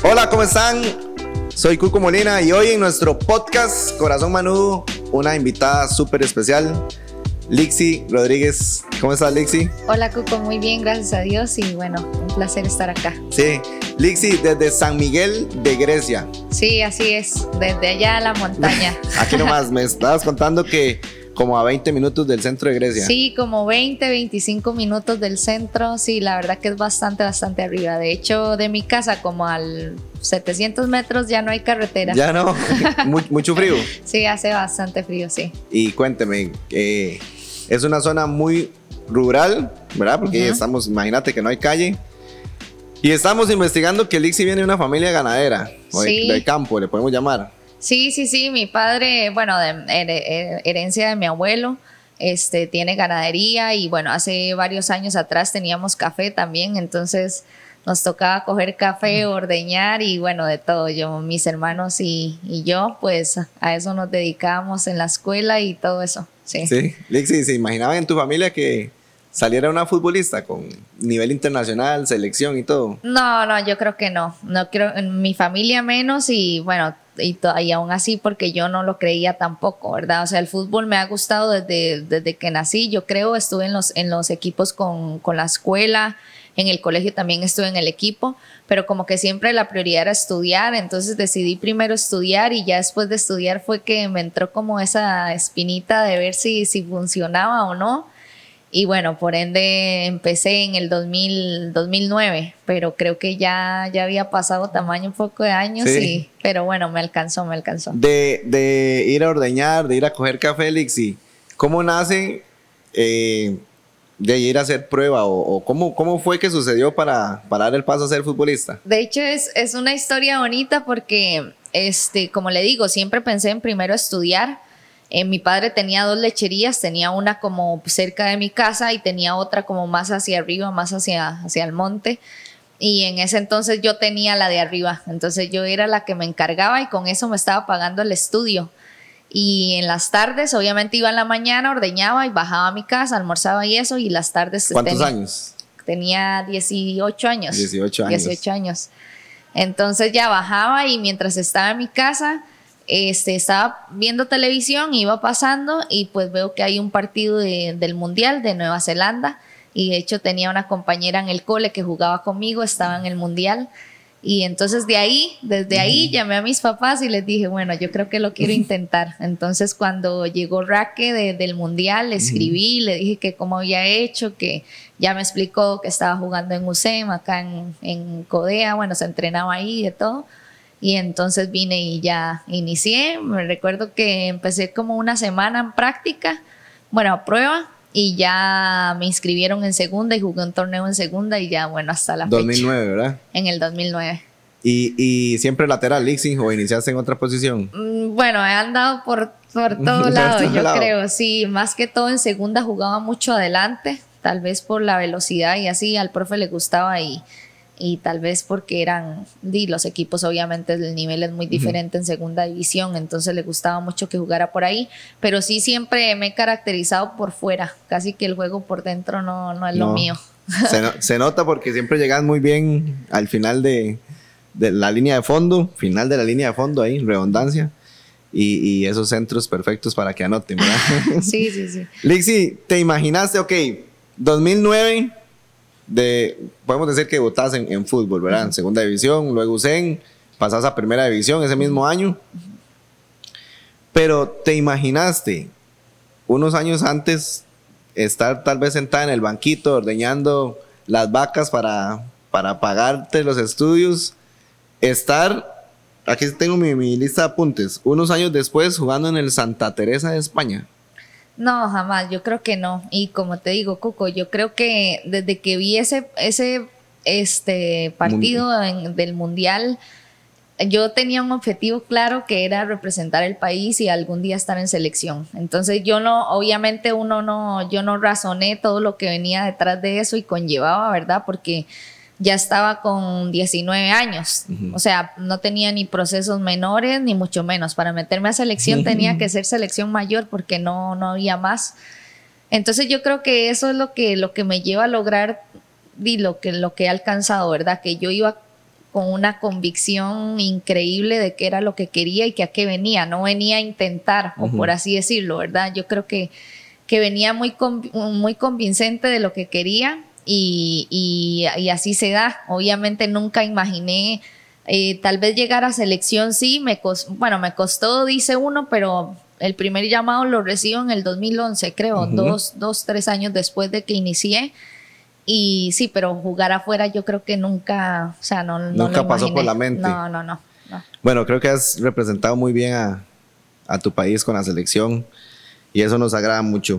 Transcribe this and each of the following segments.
Hola, ¿cómo están? Soy Cuco Molina y hoy en nuestro podcast Corazón Manudo, una invitada súper especial, Lixi Rodríguez. ¿Cómo estás, Lixi? Hola, Cuco, muy bien, gracias a Dios y bueno, un placer estar acá. Sí, Lixi desde San Miguel de Grecia. Sí, así es, desde allá a la montaña. Aquí nomás, me estabas contando que como a 20 minutos del centro de Grecia. Sí, como 25 minutos del centro, sí, la verdad que es bastante arriba. De hecho, de mi casa como al 700 metros ya no hay carretera. Ya no, mucho frío. Sí, hace bastante frío, sí. Y cuénteme, es una zona muy rural, ¿verdad? Porque estamos, imagínate que no hay calle. Y estamos investigando que Lixi viene de una familia ganadera, o sí. de campo, le podemos llamar. Sí, mi padre, bueno, de herencia de mi abuelo, tiene ganadería y bueno, hace varios años atrás teníamos café también, entonces nos tocaba coger café, ordeñar y bueno, de todo. Yo, mis hermanos y yo, pues a eso nos dedicábamos en la escuela y todo eso. Sí, sí. Lixi, ¿se imaginaban en tu familia que saliera una futbolista con nivel internacional, selección y todo? No, yo creo que no creo, en mi familia menos y bueno, y aún así porque yo no lo creía tampoco, ¿verdad? O sea, el fútbol me ha gustado desde que nací, yo creo, estuve en los equipos con la escuela, en el colegio también estuve en el equipo, pero como que siempre la prioridad era estudiar, entonces decidí primero estudiar y ya después de estudiar fue que me entró como esa espinita de ver si funcionaba o no. Y bueno, por ende empecé en el 2009, pero creo que ya había pasado tamaño un poco de años, sí. Pero bueno, me alcanzó. De ir a ordeñar, de ir a coger café, Lixi, ¿cómo nace de ir a hacer prueba o cómo fue que sucedió para dar el paso a ser futbolista? De hecho, es una historia bonita porque, como le digo, siempre pensé en primero estudiar. Mi padre tenía 2 lecherías, tenía una como cerca de mi casa y tenía otra como más hacia arriba, más hacia el monte. Y en ese entonces yo tenía la de arriba, entonces yo era la que me encargaba y con eso me estaba pagando el estudio. Y en las tardes, obviamente iba en la mañana, ordeñaba y bajaba a mi casa, almorzaba y eso, y las tardes... ¿Cuántos años? Tenía 18 años. 18 años. 18 años. Entonces ya bajaba y mientras estaba en mi casa... estaba viendo televisión, iba pasando y pues veo que hay un partido del Mundial de Nueva Zelanda y de hecho tenía una compañera en el cole que jugaba conmigo, estaba en el Mundial y entonces desde ahí llamé a mis papás y les dije, bueno, yo creo que lo quiero intentar. Entonces cuando llegó Raque del Mundial, le escribí, le dije que cómo había hecho, que ya me explicó que estaba jugando en UCEM, acá en Codea, bueno, se entrenaba ahí y de todo. Y entonces vine y ya inicié. Me recuerdo que empecé como una semana en práctica, bueno, a prueba, y ya me inscribieron en segunda y jugué un torneo en segunda y ya, bueno, hasta la 2009, fecha. ¿verdad? En el 2009. ¿Y siempre lateral, Lixi, o iniciaste en otra posición? Bueno, he andado por todo lado, yo creo, sí. Más que todo en segunda jugaba mucho adelante, tal vez por la velocidad y así, al profe le gustaba y tal vez porque los equipos, obviamente el nivel es muy diferente en segunda división, entonces le gustaba mucho que jugara por ahí, pero sí siempre me he caracterizado por fuera, casi que el juego por dentro no es lo mío. Se nota porque siempre llegas muy bien al final de la línea de fondo, final de la línea de fondo ahí, redundancia, y esos centros perfectos para que anoten, ¿verdad? Sí. Lixi, ¿te imaginaste, 2009... podemos decir que debutás en fútbol, ¿verdad? En segunda división, luego UCEN, pasás a primera división ese mismo año. Pero ¿te imaginaste unos años antes estar tal vez sentada en el banquito ordeñando las vacas para pagarte los estudios? Aquí tengo mi lista de apuntes, unos años después jugando en el Santa Teresa de España. No, jamás, yo creo que no. Y como te digo, Cuco, yo creo que desde que vi ese partido del Mundial, yo tenía un objetivo claro que era representar el país y algún día estar en selección. Entonces yo no razoné todo lo que venía detrás de eso y conllevaba, ¿verdad? Porque ya estaba con 19 años, o sea, no tenía ni procesos menores ni mucho menos. Para meterme a selección tenía que ser selección mayor porque no había más. Entonces yo creo que eso es lo que me lleva a lograr lo que he alcanzado, ¿verdad? Que yo iba con una convicción increíble de qué era lo que quería y que a qué venía. No venía a intentar, o por así decirlo, ¿verdad? Yo creo que venía muy convincente de lo que quería y así se da. Obviamente nunca imaginé tal vez llegar a selección, sí, me costó, dice uno, pero el primer llamado lo recibo en el 2011, creo, 3 años después de que inicié. Y sí, pero jugar afuera yo creo que nunca, o sea, no nunca lo pasó imaginé. por la mente. No. Bueno, creo que has representado muy bien a tu país con la selección y eso nos agrada mucho.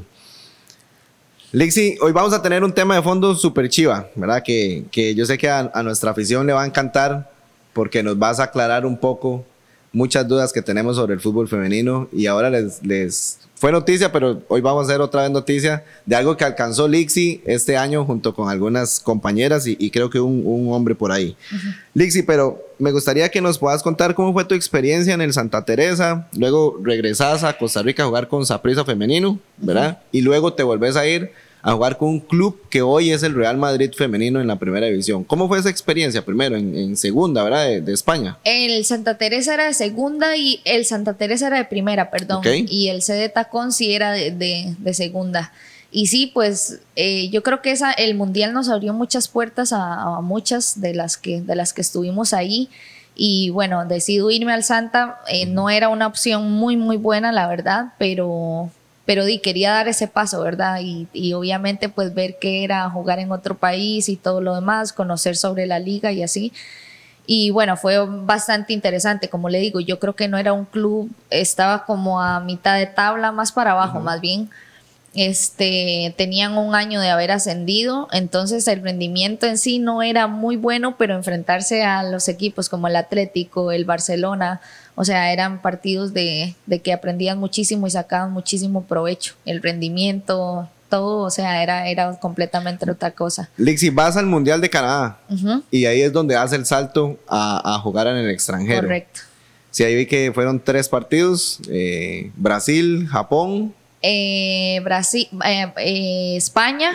Lixi, hoy vamos a tener un tema de fondo súper chiva, ¿verdad? Que yo sé que a nuestra afición le va a encantar porque nos vas a aclarar un poco muchas dudas que tenemos sobre el fútbol femenino y ahora les fue noticia, pero hoy vamos a hacer otra vez noticia de algo que alcanzó Lixi este año junto con algunas compañeras y creo que un hombre por ahí. Lixi, pero me gustaría que nos puedas contar cómo fue tu experiencia en el Santa Teresa, luego regresás a Costa Rica a jugar con Saprissa femenino, ¿verdad? Y luego te volvés a ir a jugar con un club que hoy es el Real Madrid femenino en la primera división. ¿Cómo fue esa experiencia primero en segunda, verdad, de España? El Santa Teresa era de segunda y el Santa Teresa era de primera, perdón. Okay. Y el CD Tacón sí era de segunda. Y sí, pues yo creo que el Mundial nos abrió muchas puertas a muchas de las que estuvimos ahí. Y bueno, decido irme al Santa. No era una opción muy, muy buena, la verdad, pero quería dar ese paso, ¿verdad? Y obviamente pues ver qué era jugar en otro país y todo lo demás, conocer sobre la liga y así. Y bueno, fue bastante interesante, como le digo, yo creo que no era un club, estaba como a mitad de tabla, más para abajo, más bien. Tenían un año de haber ascendido, entonces el rendimiento en sí no era muy bueno, pero enfrentarse a los equipos como el Atlético, el Barcelona, o sea, eran partidos de que aprendían muchísimo y sacaban muchísimo provecho. El rendimiento, todo, o sea, era completamente otra cosa. Lixi, vas al Mundial de Canadá y ahí es donde hace el salto a jugar en el extranjero. Correcto. Sí, ahí vi que fueron 3 partidos, Brasil, Japón. Brasil, España.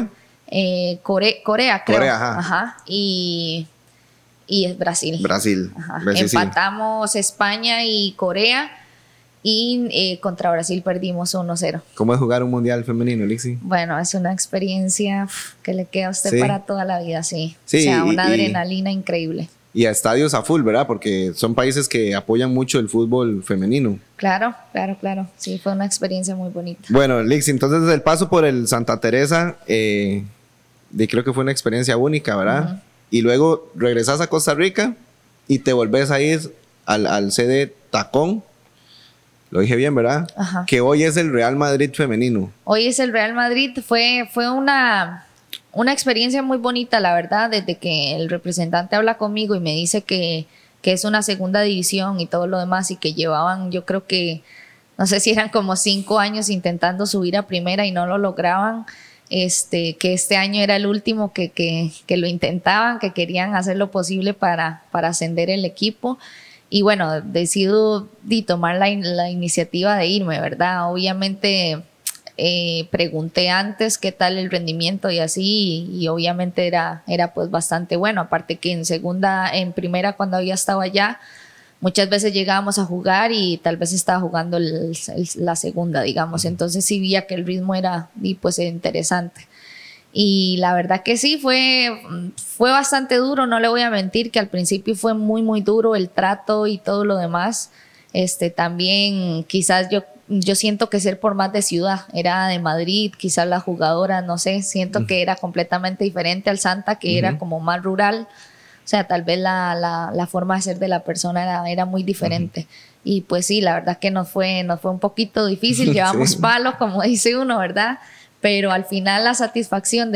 Corea, creo. Ajá. Y es Brasil. Brasil. Empatamos España y Corea y contra Brasil perdimos 1-0. ¿Cómo es jugar un mundial femenino, Lixi? Bueno, es una experiencia que le queda a usted para toda la vida, sí. O sea, una adrenalina increíble. Y a estadios a full, ¿verdad? Porque son países que apoyan mucho el fútbol femenino. Claro. Sí, fue una experiencia muy bonita. Bueno, Lixi, entonces el paso por el Santa Teresa, creo que fue una experiencia única, ¿verdad? Y luego regresas a Costa Rica y te volvés a ir al CD Tacón. Lo dije bien, ¿verdad? Ajá. Que hoy es el Real Madrid femenino. Hoy es el Real Madrid. Fue una experiencia muy bonita, la verdad, desde que el representante habla conmigo y me dice que es una segunda división y todo lo demás y que llevaban, yo creo que, no sé si eran como 5 años intentando subir a primera y no lo lograban, que este año era el último que lo intentaban, que querían hacer lo posible para ascender el equipo. Y bueno, decido tomar la iniciativa de irme, ¿verdad? Obviamente pregunté antes qué tal el rendimiento y así, y obviamente era pues bastante bueno. Aparte que en primera cuando había estado allá, muchas veces llegábamos a jugar y tal vez estaba jugando la segunda, digamos. Entonces sí veía que el ritmo era pues interesante. Y la verdad que sí, fue bastante duro, no le voy a mentir que al principio fue muy, muy duro el trato y todo lo demás. También quizás yo siento que ser por más de ciudad, era de Madrid, quizás la jugadora, no sé, siento que era completamente diferente al Santa, que era como más rural. O sea, tal vez la forma de ser de la persona era muy diferente. Y pues sí, la verdad que nos fue un poquito difícil, llevamos palos, como dice uno, ¿verdad? Pero al final la satisfacción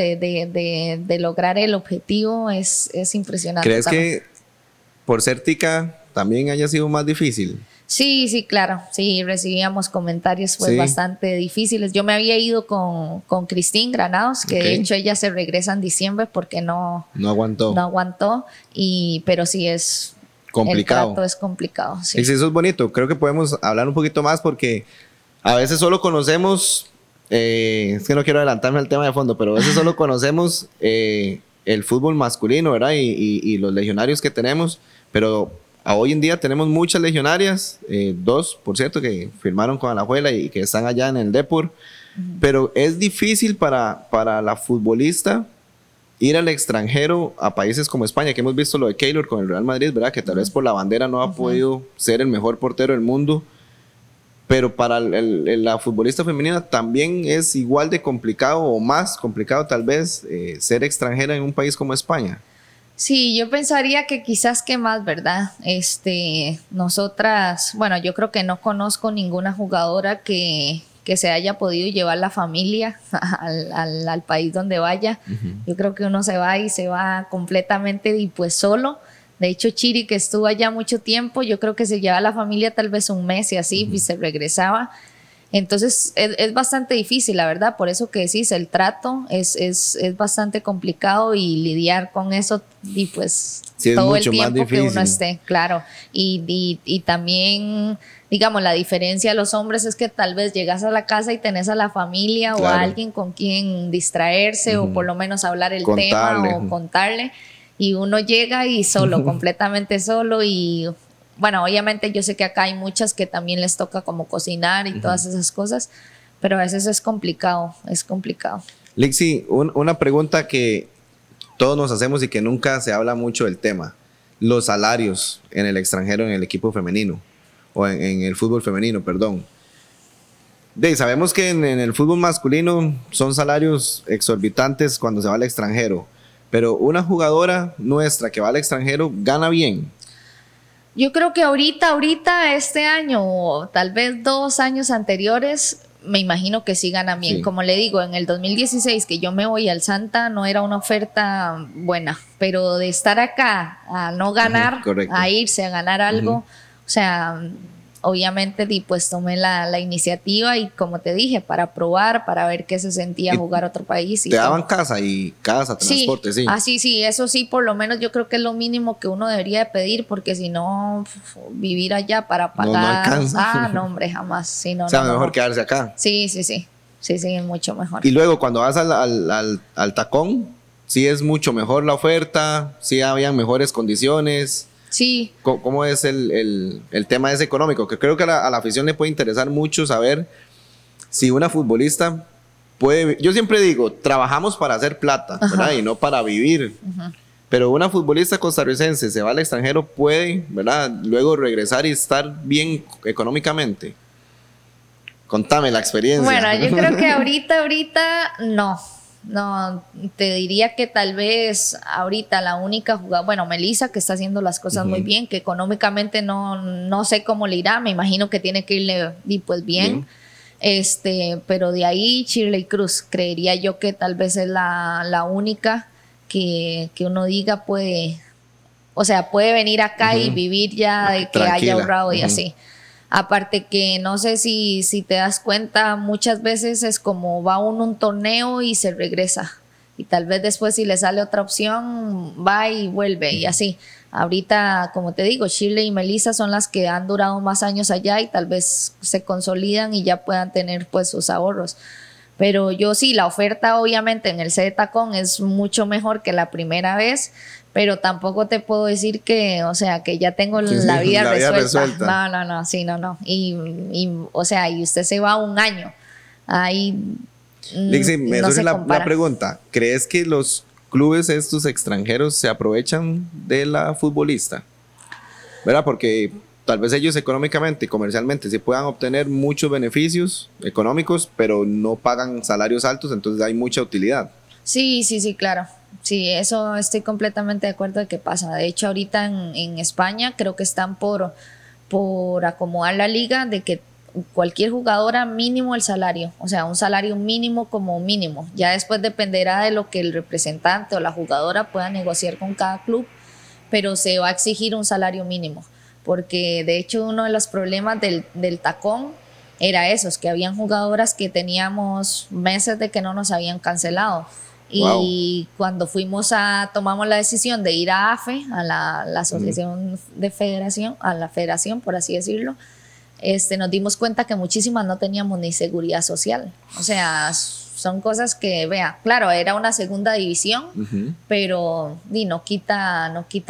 de lograr el objetivo es impresionante. ¿Crees que por ser tica también haya sido más difícil? Sí, claro. Sí, recibíamos comentarios bastante difíciles. Yo me había ido con Cristín Granados, que de hecho ella se regresa en diciembre porque no aguantó. Pero sí es complicado. El trato es complicado. Sí. Y sí, eso es bonito. Creo que podemos hablar un poquito más porque a veces solo conocemos... es que no quiero adelantarme al tema de fondo, pero a veces solo conocemos el fútbol masculino, ¿verdad? Y los legionarios que tenemos, pero hoy en día tenemos muchas legionarias, 2, por cierto, que firmaron con Alajuela y que están allá en el Depor, pero es difícil para la futbolista ir al extranjero, a países como España, que hemos visto lo de Keylor con el Real Madrid, ¿verdad? Que tal vez por la bandera no ha podido ser el mejor portero del mundo, pero para la futbolista femenina también es igual de complicado o más complicado tal vez ser extranjera en un país como España. Sí, yo pensaría que quizás que más, ¿verdad? Nosotras, bueno, yo creo que no conozco ninguna jugadora que se haya podido llevar la familia al país donde vaya. Yo creo que uno se va y se va completamente y pues solo. De hecho, Chiri, que estuvo allá mucho tiempo, yo creo que se llevaba a la familia tal vez un mes y así, y se regresaba. Entonces, es bastante difícil, la verdad. Por eso que decís, el trato es bastante complicado y lidiar con eso y pues sí, todo el tiempo que uno esté, claro. Y también, digamos, la diferencia de los hombres es que tal vez llegas a la casa y tenés a la familia o a alguien con quien distraerse o por lo menos hablar el tema o contarle. Y uno llega y solo, completamente solo y bueno, obviamente yo sé que acá hay muchas que también les toca como cocinar y todas esas cosas, pero a veces es complicado, Lixi, una pregunta que todos nos hacemos y que nunca se habla mucho del tema, los salarios en el extranjero en el equipo femenino, o en el fútbol femenino, perdón. Sabemos que en el fútbol masculino son salarios exorbitantes cuando se va al extranjero, pero una jugadora nuestra que va al extranjero gana bien. Yo creo que ahorita este año o tal vez 2 años anteriores, me imagino que sí gana bien. Sí. Como le digo, en el 2016 que yo me voy al Santa no era una oferta buena, pero de estar acá a no ganar, a irse a ganar algo, o sea, obviamente pues tomé la iniciativa y como te dije, para probar, para ver qué se sentía jugar a otro país. Y te daban casa, transporte, sí. Sí, eso sí, por lo menos yo creo que es lo mínimo que uno debería de pedir, porque si no, vivir allá para pagar... No alcanza. No, hombre, jamás. Sí, no, o sea, mejor quedarse acá. Sí, mucho mejor. Y luego cuando vas al Tacón, sí es mucho mejor la oferta, sí habían mejores condiciones... Sí. ¿Cómo es el tema ese económico? Que creo que a la afición le puede interesar mucho saber si una futbolista puede... Yo siempre digo, trabajamos para hacer plata, ¿verdad? Y no para vivir. Pero una futbolista costarricense se va al extranjero, puede, ¿verdad? Luego regresar y estar bien económicamente. Contame la experiencia. Bueno, yo creo que ahorita no. No, te diría que tal vez ahorita la única jugadora, bueno, Melissa, que está haciendo las cosas muy bien, que económicamente no sé cómo le irá, me imagino que tiene que irle pues bien. Pero de ahí Shirley Cruz, creería yo que tal vez es la única que uno diga puede venir acá y vivir ya de que haya ahorrado y así. Aparte que no sé si te das cuenta, muchas veces es como va uno a un torneo y se regresa. Y tal vez después si le sale otra opción, va y vuelve y así. Ahorita, como te digo, Shirley y Melissa son las que han durado más años allá y tal vez se consolidan y ya puedan tener pues sus ahorros. Pero yo sí, la oferta obviamente en el C de Tacón es mucho mejor que la primera vez, pero tampoco te puedo decir que, o sea, que ya tengo la vida resuelta. No. Y o sea, y usted se va un año. Ahí Lixi, me surge la pregunta. ¿Crees que los clubes estos extranjeros se aprovechan de la futbolista? ¿Verdad? Porque tal vez ellos económicamente y comercialmente sí puedan obtener muchos beneficios económicos, pero no pagan salarios altos, entonces hay mucha utilidad. Sí, claro. Sí, eso estoy completamente de acuerdo de que pasa. De hecho, ahorita en España creo que están por acomodar la liga de que cualquier jugadora mínimo el salario, o sea, un salario mínimo como mínimo. Ya después dependerá de lo que el representante o la jugadora pueda negociar con cada club, pero se va a exigir un salario mínimo. Porque de hecho uno de los problemas del Tacón era esos, que habían jugadoras que teníamos meses de que no nos habían cancelado. Y cuando tomamos la decisión de ir a AFE, a la asociación de federación, a la federación, por así decirlo, nos dimos cuenta que muchísimas no teníamos ni seguridad social. O sea, son cosas que, vea, claro, era una segunda división, pero no quita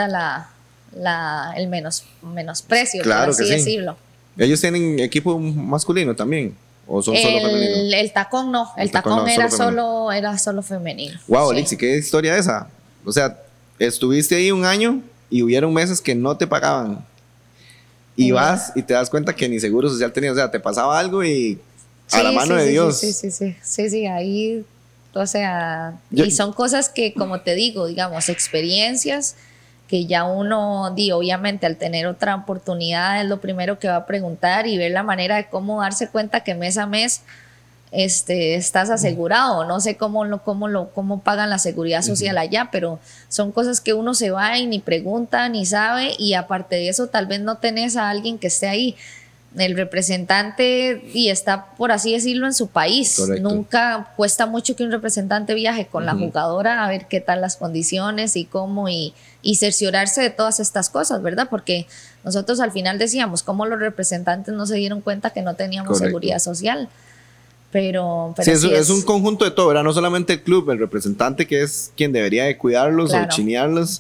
el menosprecio, Claro por así que sí. decirlo. ¿Ellos tienen equipo masculino también? ¿O son solo femenino? El tacón no, el tacón no, era solo femenino. Wow, sí. Lixi, ¿qué historia esa? O sea, estuviste ahí un año y hubieron meses que no te pagaban. Y vas y te das cuenta que ni seguro social tenías. O sea, te pasaba algo y a la mano de Dios. Sí, ahí, o sea, y son cosas que, como te digo, digamos, experiencias que ya uno, obviamente al tener otra oportunidad es lo primero que va a preguntar y ver la manera de cómo darse cuenta que mes a mes estás asegurado. No sé cómo pagan la seguridad social allá, pero son cosas que uno se va y ni pregunta ni sabe, y aparte de eso tal vez no tenés a alguien que esté ahí, el representante, y está, por así decirlo, en su país. Correcto. Nunca cuesta mucho que un representante viaje con la jugadora a ver qué tal las condiciones y cómo, y cerciorarse de todas estas cosas, ¿verdad? Porque nosotros al final decíamos cómo los representantes no se dieron cuenta que no teníamos seguridad social. Pero sí, es un conjunto de todo, ¿verdad? No solamente el club, el representante, que es quien debería de cuidarlos, claro, o chinearlos,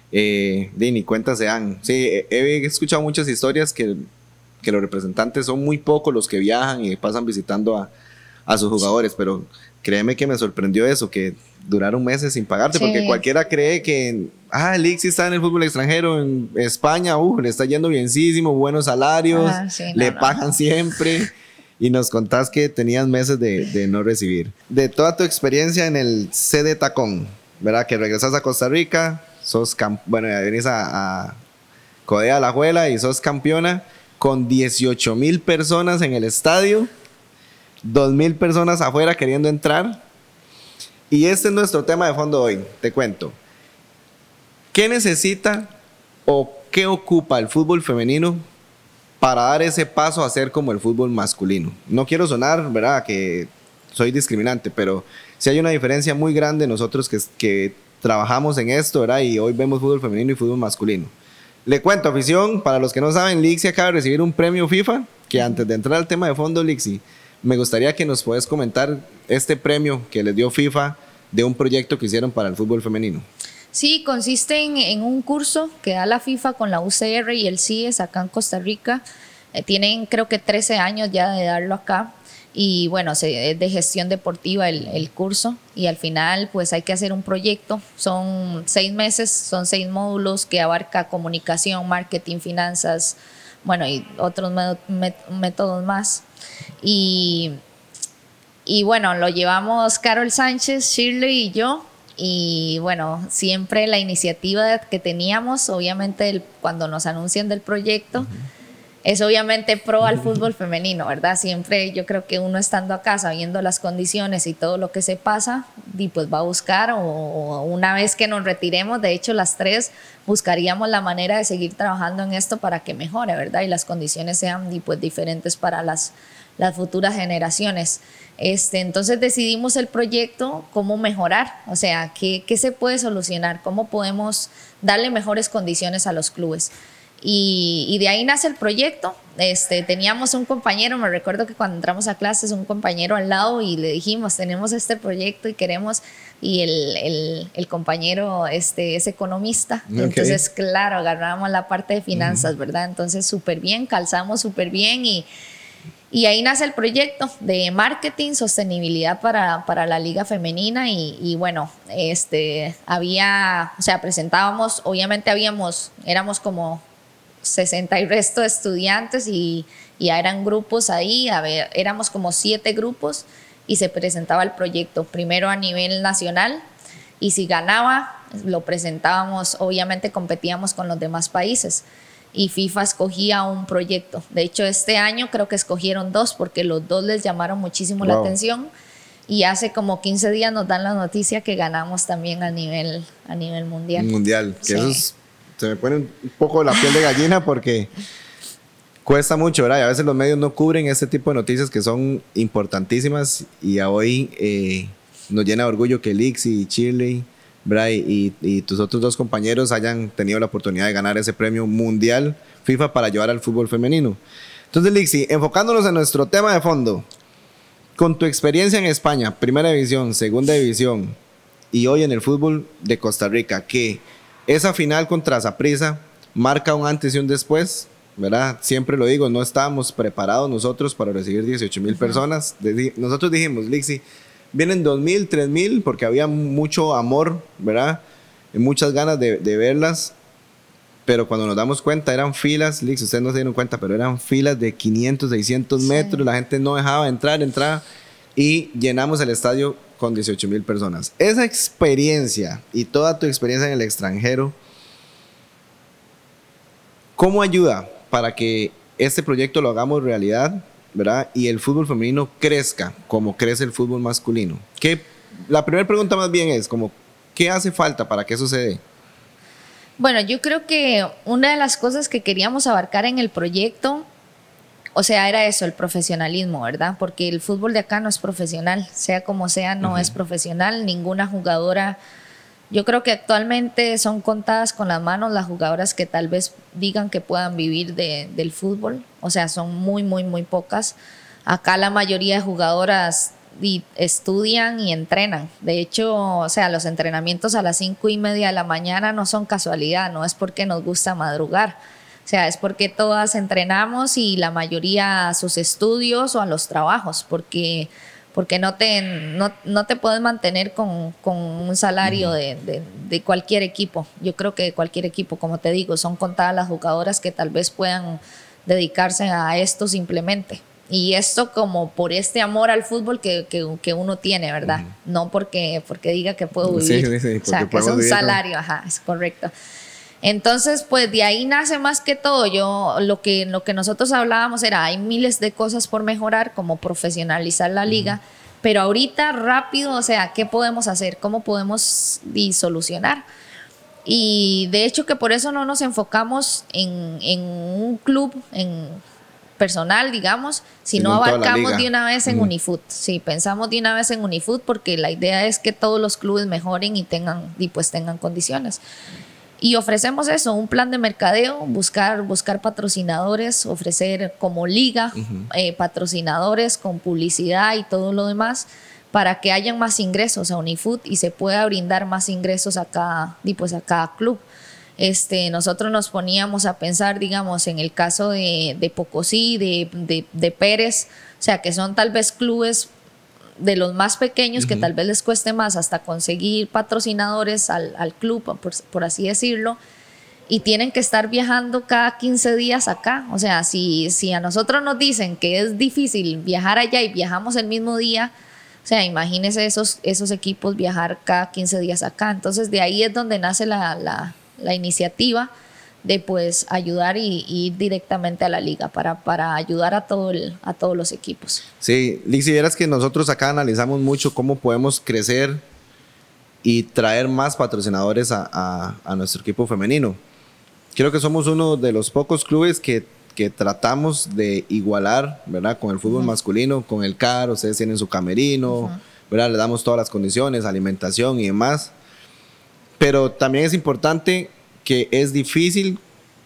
ni cuenta se dan. Sí, he escuchado muchas historias que los representantes son muy pocos los que viajan y pasan visitando a sus jugadores, pero créeme que me sorprendió eso, que duraron meses sin pagarte, porque cualquiera cree que Lixi está en el fútbol extranjero, en España, le está yendo bienísimo, buenos salarios, le pagan siempre, y nos contás que tenías meses de no recibir. De toda tu experiencia en el CD Tacón, ¿verdad? Que regresas a Costa Rica, venís a Codea Alajuela y sos campeona, con 18,000 personas en el estadio, 2,000 personas afuera queriendo entrar. Y este es nuestro tema de fondo hoy. Te cuento. ¿Qué necesita o qué ocupa el fútbol femenino para dar ese paso a ser como el fútbol masculino? No quiero sonar, ¿verdad?, que soy discriminante, pero sí hay una diferencia muy grande nosotros que trabajamos en esto, ¿verdad? Y hoy vemos fútbol femenino y fútbol masculino. Le cuento, afición, para los que no saben, Lixi acaba de recibir un premio FIFA, que antes de entrar al tema de fondo, Lixi, me gustaría que nos puedas comentar este premio que les dio FIFA de un proyecto que hicieron para el fútbol femenino. Sí, consiste en un curso que da la FIFA con la UCR y el CIES acá en Costa Rica. Tienen creo que 13 años ya de darlo acá. Y bueno, es de gestión deportiva el curso, y al final pues hay que hacer un proyecto. Son 6 meses, son 6 módulos que abarca comunicación, marketing, finanzas, bueno, y otros métodos más. Y bueno, lo llevamos Carol Sánchez, Shirley y yo. Y bueno, siempre la iniciativa que teníamos, obviamente cuando nos anuncian del proyecto, es obviamente pro al fútbol femenino, ¿verdad? Siempre yo creo que uno estando acá, sabiendo las condiciones y todo lo que se pasa, y pues va a buscar, o una vez que nos retiremos, de hecho las 3 buscaríamos la manera de seguir trabajando en esto para que mejore, ¿verdad? Y las condiciones sean pues diferentes para las futuras generaciones. Entonces decidimos el proyecto, cómo mejorar, o sea, qué se puede solucionar, cómo podemos darle mejores condiciones a los clubes. Y de ahí nace el proyecto. Teníamos un compañero, me recuerdo que cuando entramos a clases, un compañero al lado, y le dijimos, tenemos este proyecto y queremos, y el compañero es economista, entonces claro, agarramos la parte de finanzas, ¿verdad? Entonces súper bien, calzamos súper bien, y ahí nace el proyecto de marketing, sostenibilidad para la liga femenina. Y bueno, presentábamos, obviamente éramos como 60 y resto de estudiantes, y ya eran grupos ahí, éramos como 7 grupos, y se presentaba el proyecto primero a nivel nacional, y si ganaba lo presentábamos, obviamente competíamos con los demás países, y FIFA escogía un proyecto. De hecho, este año creo que escogieron 2 porque los 2 les llamaron muchísimo la atención, y hace como 15 días nos dan la noticia que ganamos también a nivel mundial. Mundial, que sí. Eso se me pone un poco la piel de gallina porque cuesta mucho, ¿verdad? Y a veces los medios no cubren este tipo de noticias que son importantísimas, y a hoy nos llena de orgullo que Lixi y Shirley, ¿verdad? Y tus otros 2 compañeros hayan tenido la oportunidad de ganar ese premio mundial FIFA para ayudar al fútbol femenino. Entonces, Lixi, enfocándonos en nuestro tema de fondo, Con tu experiencia en España, primera división, segunda división y hoy en el fútbol de Costa Rica, que esa final contra Saprissa marca un antes y un después, ¿verdad? Siempre lo digo, no estábamos preparados nosotros para recibir 18,000 personas. Nosotros dijimos, Lixi, vienen 2,000, 3,000, porque había mucho amor, ¿verdad? Y muchas ganas de verlas. Pero cuando nos damos cuenta, eran filas, Lix, ustedes no se dieron cuenta, pero eran filas de 500, 600 metros, la gente no dejaba entrar, y llenamos el estadio con 18,000 personas. Esa experiencia y toda tu experiencia en el extranjero, ¿cómo ayuda para que este proyecto lo hagamos realidad, ¿verdad? Y el fútbol femenino crezca como crece el fútbol masculino? La primera pregunta más bien es, como, ¿qué hace falta para que eso se dé? Bueno, yo creo que una de las cosas que queríamos abarcar en el proyecto, o sea, era eso, el profesionalismo, ¿verdad? Porque el fútbol de acá no es profesional, sea como sea, no es profesional. Ninguna jugadora, yo creo que actualmente son contadas con las manos las jugadoras que tal vez digan que puedan vivir del fútbol, o sea, son muy, muy, muy pocas. Acá la mayoría de jugadoras estudian y entrenan. De hecho, o sea, los entrenamientos a las 5:30 de la mañana no son casualidad, no es porque nos gusta madrugar. O sea, es porque todas entrenamos y la mayoría a sus estudios o a los trabajos, porque no te puedes mantener con un salario de cualquier equipo. Yo creo que de cualquier equipo, como te digo, son contadas las jugadoras que tal vez puedan dedicarse a esto simplemente. Y esto como por este amor al fútbol que uno tiene, ¿verdad? No porque diga que puedo vivir. Sí, o sea, que es un salario, ajá, es correcto. Entonces, pues de ahí nace más que todo. Lo que nosotros hablábamos era, hay miles de cosas por mejorar, como profesionalizar la liga, pero ahorita rápido, o sea, ¿qué podemos hacer? ¿Cómo podemos solucionar? Y de hecho que por eso no nos enfocamos en un club, personal, digamos, si no abarcamos de una vez en Unifoot. Sí, pensamos de una vez en Unifoot porque la idea es que todos los clubes mejoren y tengan condiciones. Y ofrecemos eso, un plan de mercadeo, buscar patrocinadores, ofrecer como liga patrocinadores con publicidad y todo lo demás para que hayan más ingresos a Unifoot y se pueda brindar más ingresos a cada club. Nosotros nos poníamos a pensar, digamos, en el caso de Pocosí, de Pérez, o sea, que son tal vez clubes de los más pequeños que tal vez les cueste más hasta conseguir patrocinadores al club, por así decirlo, y tienen que estar viajando cada 15 días acá. O sea, si a nosotros nos dicen que es difícil viajar allá y viajamos el mismo día, o sea, imagínense esos equipos viajar cada 15 días acá. Entonces, de ahí es donde nace la iniciativa de pues ayudar y ir directamente a la liga para ayudar a todos los equipos. Sí, Lixi, vieras que nosotros acá analizamos mucho cómo podemos crecer y traer más patrocinadores a nuestro equipo femenino. Creo que somos uno de los pocos clubes que tratamos de igualar, ¿verdad? Con el fútbol masculino, con el CAR, ustedes tienen su camerino, ¿verdad? Le damos todas las condiciones, alimentación y demás. Pero también es importante que es difícil,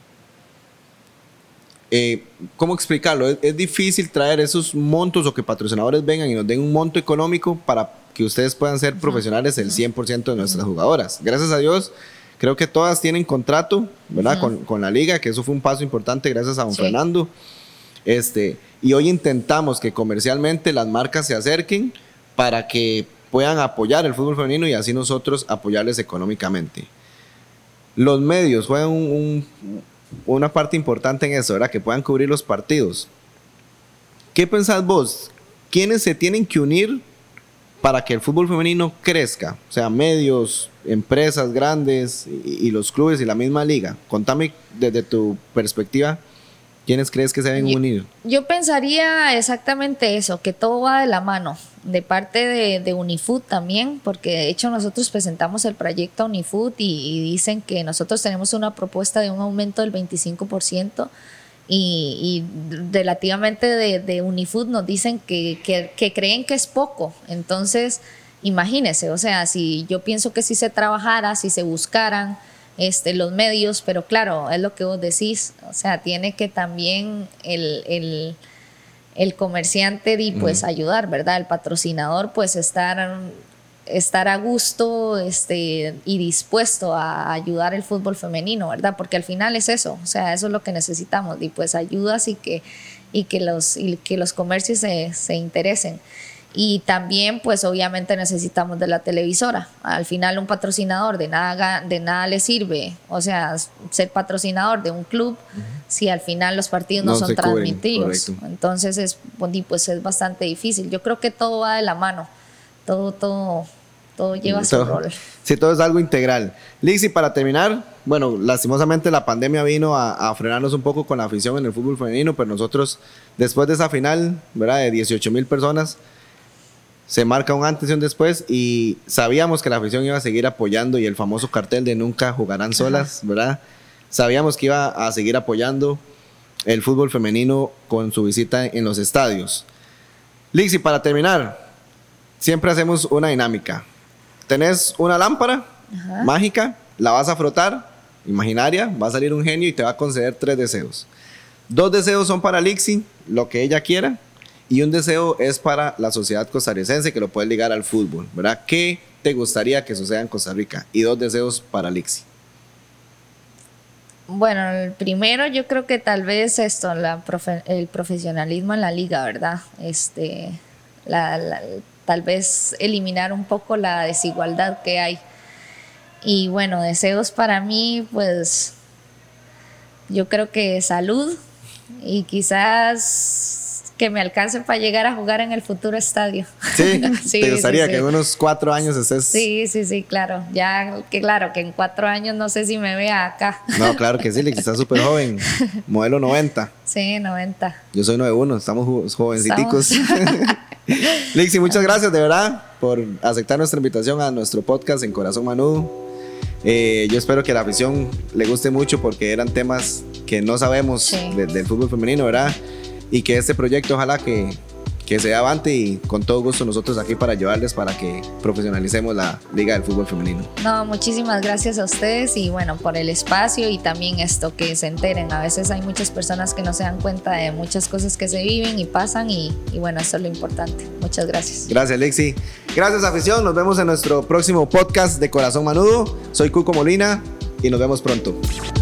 ¿cómo explicarlo? Es difícil traer esos montos o que patrocinadores vengan y nos den un monto económico para que ustedes puedan ser profesionales el 100% de nuestras jugadoras. Gracias a Dios, creo que todas tienen contrato, ¿verdad? Con la liga, que eso fue un paso importante gracias a don Fernando. Y hoy intentamos que comercialmente las marcas se acerquen para que puedan apoyar el fútbol femenino y así nosotros apoyarles económicamente. Los medios juegan una parte importante en eso, ¿verdad? Que puedan cubrir los partidos. ¿Qué pensás vos? ¿Quiénes se tienen que unir para que el fútbol femenino crezca? O sea, medios, empresas grandes y los clubes y la misma liga. Contame desde tu perspectiva, ¿quiénes crees que se deben unir? Yo pensaría exactamente eso, que todo va de la mano, de parte de Unifoot también, porque de hecho nosotros presentamos el proyecto a Unifoot y dicen que nosotros tenemos una propuesta de un aumento del 25% y relativamente de Unifoot nos dicen que creen que es poco. Entonces, imagínense, o sea, si yo pienso que si se trabajara, si se buscaran los medios, pero claro, es lo que vos decís, o sea, tiene que también el el comerciante y pues ayudar, ¿verdad? El patrocinador pues estar a gusto y dispuesto a ayudar el fútbol femenino, ¿verdad? Porque al final es eso, o sea, eso es lo que necesitamos, y pues ayudas y que los comercios se interesen. Y también pues obviamente necesitamos de la televisora. Al final un patrocinador de nada le sirve, o sea, ser patrocinador de un club si al final los partidos no son transmitidos. Entonces pues es bastante difícil. Yo creo que todo va de la mano, todo lleva su rol. Sí, todo es algo integral. Lixi, para terminar, bueno, lastimosamente la pandemia vino a frenarnos un poco con la afición en el fútbol femenino, pero nosotros, después de esa final, ¿verdad?, de 18,000 personas, se marca un antes y un después, y sabíamos que la afición iba a seguir apoyando, y el famoso cartel de nunca jugarán solas, ¿verdad? Sabíamos que iba a seguir apoyando el fútbol femenino con su visita en los estadios. Lixi, para terminar, siempre hacemos una dinámica. Tenés una lámpara mágica, la vas a frotar, imaginaria, va a salir un genio y te va a conceder 3 deseos. 2 deseos son para Lixi, lo que ella quiera, y un deseo es para la sociedad costarricense, que lo puedes ligar al fútbol, ¿verdad? ¿Qué te gustaría que suceda en Costa Rica? Y 2 deseos para Lixi. Bueno, el primero yo creo que tal vez el profesionalismo en la liga, ¿verdad? Tal vez eliminar un poco la desigualdad que hay. Y bueno, deseos para mí, pues yo creo que salud, y quizás que me alcance para llegar a jugar en el futuro estadio. Sí, sí, ¿te gustaría que en unos 4 años estés? Sí, claro. Claro que en 4 años no sé si me vea acá. No, claro que sí, Lixi, estás súper joven. Modelo 90. Sí, 90. Yo soy 91, estamos jovenciticos. Lixi, muchas gracias de verdad por aceptar nuestra invitación a nuestro podcast en Corazón Manudo. Yo espero que a la afición le guste mucho, porque eran temas que no sabemos del fútbol femenino, ¿verdad? Y que este proyecto ojalá que se avante, y con todo gusto nosotros aquí para ayudarles para que profesionalicemos la Liga del Fútbol Femenino. No, muchísimas gracias a ustedes, y bueno, por el espacio, y también que se enteren. A veces hay muchas personas que no se dan cuenta de muchas cosas que se viven y pasan, y bueno, eso es lo importante. Muchas gracias. Gracias, Lixi. Gracias, afición. Nos vemos en nuestro próximo podcast de Corazón Manudo. Soy Cuco Molina y nos vemos pronto.